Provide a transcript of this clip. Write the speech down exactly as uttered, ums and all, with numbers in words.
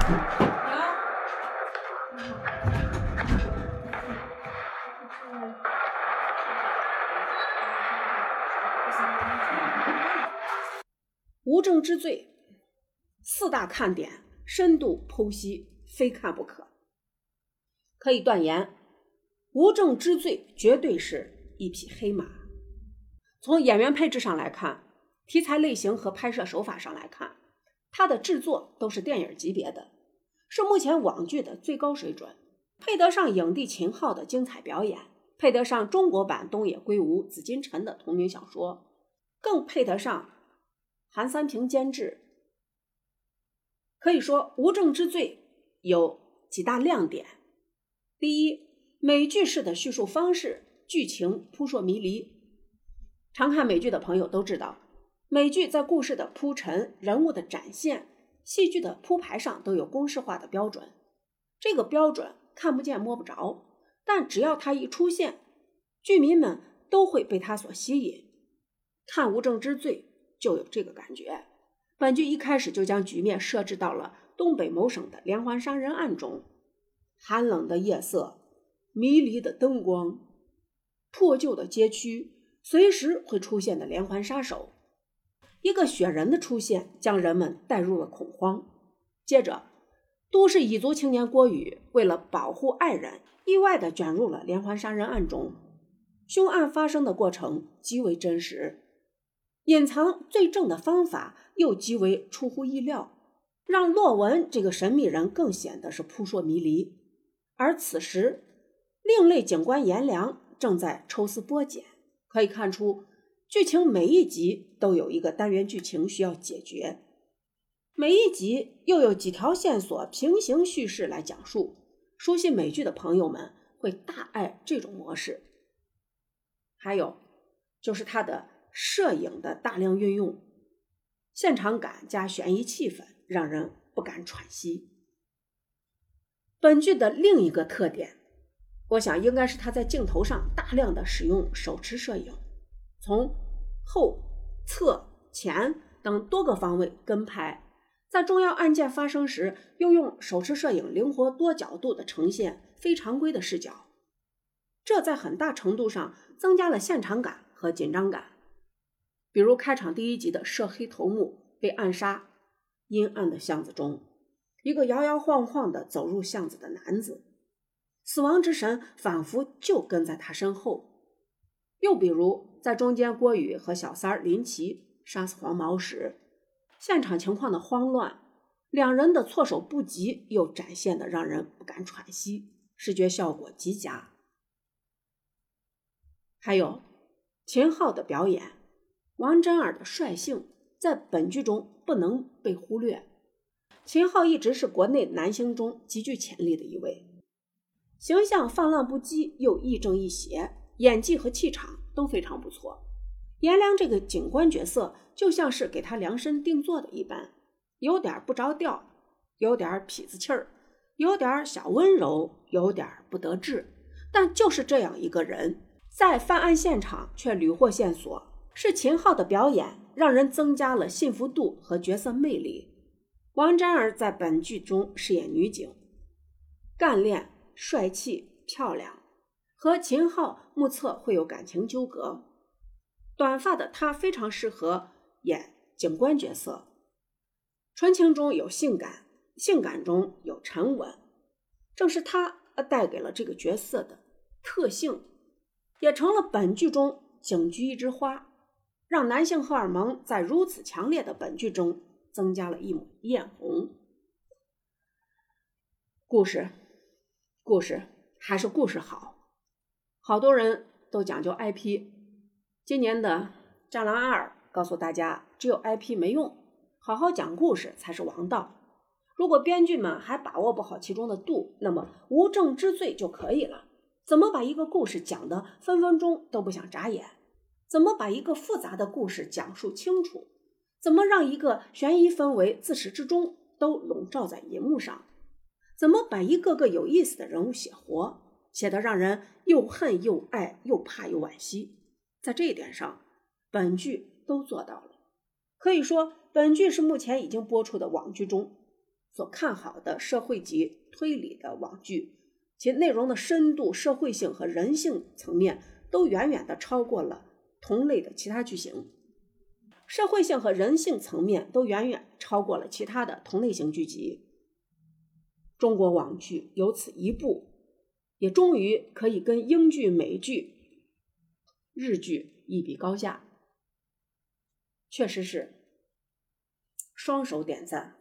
无证之罪四大看点，深度剖析，非看不可。可以断言，无证之罪绝对是一匹黑马。从演员配置上来看，题材类型和拍摄手法上来看，它的制作都是电影级别的，是目前网剧的最高水准，配得上影帝秦昊的精彩表演，配得上中国版东野圭吾、紫金陈的同名小说，更配得上韩三平监制。可以说，无证之罪有几大亮点。第一，美剧式的叙述方式，剧情扑朔迷离。常看美剧的朋友都知道，美剧在故事的铺陈、人物的展现、戏剧的铺排上都有公式化的标准。这个标准看不见摸不着，但只要它一出现，剧迷们都会被它所吸引。看无证之罪就有这个感觉。本剧一开始就将局面设置到了东北某省的连环杀人案中，寒冷的夜色，迷离的灯光，破旧的街区，随时会出现的连环杀手。一个雪人的出现将人们带入了恐慌。接着，都市蚁族青年郭宇为了保护爱人，意外地卷入了连环杀人案中。凶案发生的过程极为真实，隐藏罪证的方法又极为出乎意料，让洛文这个神秘人更显得是扑朔迷离。而此时，另类警官颜良正在抽丝剥茧，可以看出剧情每一集都有一个单元剧情需要解决，每一集又有几条线索平行叙事来讲述。熟悉美剧的朋友们会大爱这种模式。还有就是它的摄影的大量运用，现场感加悬疑气氛，让人不敢喘息。本剧的另一个特点，我想应该是它在镜头上大量的使用手持摄影，从后、侧、前等多个方位跟拍，在重要案件发生时，又用手持摄影灵活多角度的呈现非常规的视角，这在很大程度上增加了现场感和紧张感。比如开场第一集的涉黑头目被暗杀，阴暗的巷子中，一个摇摇晃晃地走入巷子的男子，死亡之神仿佛就跟在他身后。又比如在中间郭宇和小三林奇杀死黄毛时，现场情况的慌乱，两人的措手不及又展现得让人不敢喘息，视觉效果极佳。还有秦昊的表演，王真儿的率性在本剧中不能被忽略。秦昊一直是国内男星中极具潜力的一位，形象放浪不羁又亦正亦邪，演技和气场都非常不错。颜良这个警官角色就像是给他量身定做的一般，有点不着调，有点痞子气儿，有点小温柔，有点不得志，但就是这样一个人，在犯案现场却屡获线索。是秦昊的表演让人增加了信服度和角色魅力。王真儿在本剧中饰演女警，干练、帅气、漂亮，和秦昊目测会有感情纠葛。短发的她非常适合演警官角色，纯情中有性感，性感中有沉稳，正是她带给了这个角色的特性，也成了本剧中警局一枝花，让男性荷尔蒙在如此强烈的本剧中增加了一抹艳红。故事，故事还是故事好。好多人都讲究 I P， 今年的《战狼二》告诉大家，只有 I P 没用，好好讲故事才是王道。如果编剧们还把握不好其中的度，那么无证之罪就可以了。怎么把一个故事讲得分分钟都不想眨眼？怎么把一个复杂的故事讲述清楚？怎么让一个悬疑氛围自始至终都笼罩在荧幕上？怎么把一个个有意思的人物写活，写得让人又恨又爱又怕又惋惜？在这一点上，本剧都做到了。可以说，本剧是目前已经播出的网剧中所看好的社会级推理的网剧，其内容的深度、社会性和人性层面都远远地超过了同类的其他剧型。社会性和人性层面都远远超过了其他的同类型剧集。中国网剧由此一步，也终于可以跟英剧、美剧、日剧一比高下。确实是双手点赞。